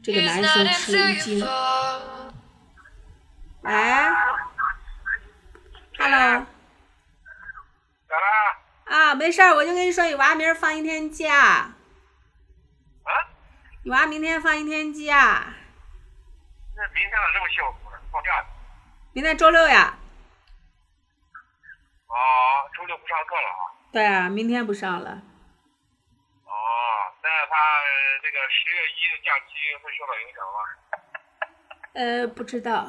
这个男生吃了一惊。喂 ，Hello。 咋啦？ 啊，没事儿，我就跟你说，你娃明儿放一天假。 啊？ 你娃明天放一天假。 那明天咋这么辛苦呢？放假？ 明天周六呀。 哦，周六不上课了啊？ 对啊，明天不上了。 哦，那他这个10月1的假期会受到影响吗？ 不知道。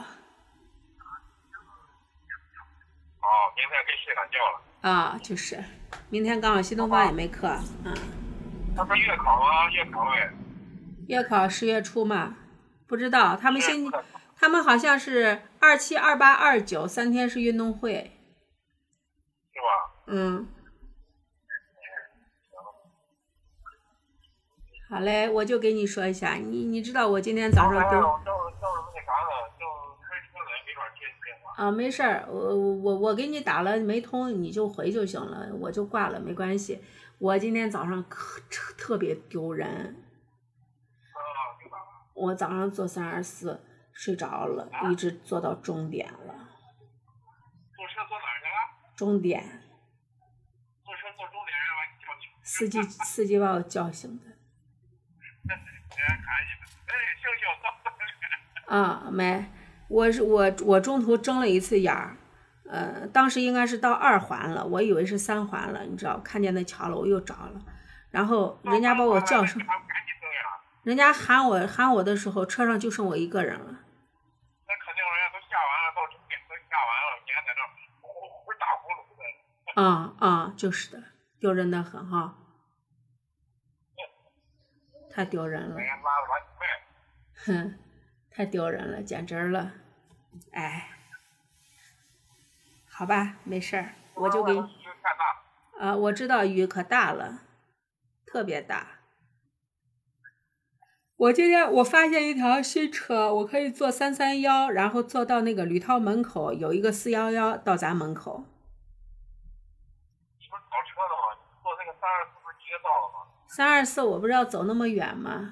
哦，明天可以睡懒觉了。 啊，就是，明天刚好新东方也没课。 他不是月考吗？月考呗。 月考10月初嘛，不知道他们好像是27、28、29 3天是运动会。 是吧？ 嗯。好嘞，我就给你说一下，你知道我今天早上正那啥呢，正开车呢，没法接你电话。 啊，没事儿，我给你打了没通，你就回就行了，我就挂了，没关系。我今天早上特别丢人。我早上坐324睡着了，一直坐到终点了。 坐车坐哪儿去了？ 终点。 坐车坐终点让你叫醒。 司机把我叫醒的。啊，没，我中途睁了一次眼儿，当时应该是到2环了，我以为是3环了，你知道，看见那桥了，我又找了，然后人家把我叫上，人家喊我的时候，车上就剩我一个人了。 那肯定人家都下完了，到终点都下完了，你还在那呼打呼噜的。 就是的，丢人的很哈，太丢人了。哼，太丢人了，简直了，哎，好吧，没事儿，我就给你。我知道雨可大了，特别大。我今天我发现一条新车，我可以坐331，然后坐到那个吕涛门口，有一个411到咱门口。 你不是找车的吗？坐那个324不是直接到了吗 ？324我不是要走那么远吗？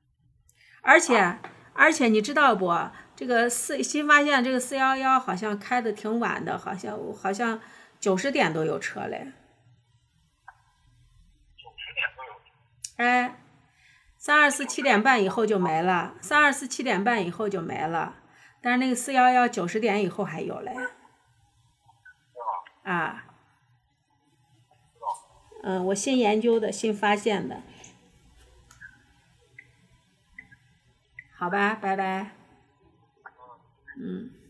而且你知道不？这个新发现这个411好像开的挺晚的，好像90点都有车嘞。 90点都有车。 哎，324 7点半以后就没了，324 7点半以后就没了，但是那个411 90点以后还有嘞。啊。我新研究的，新发现的。好吧，拜拜。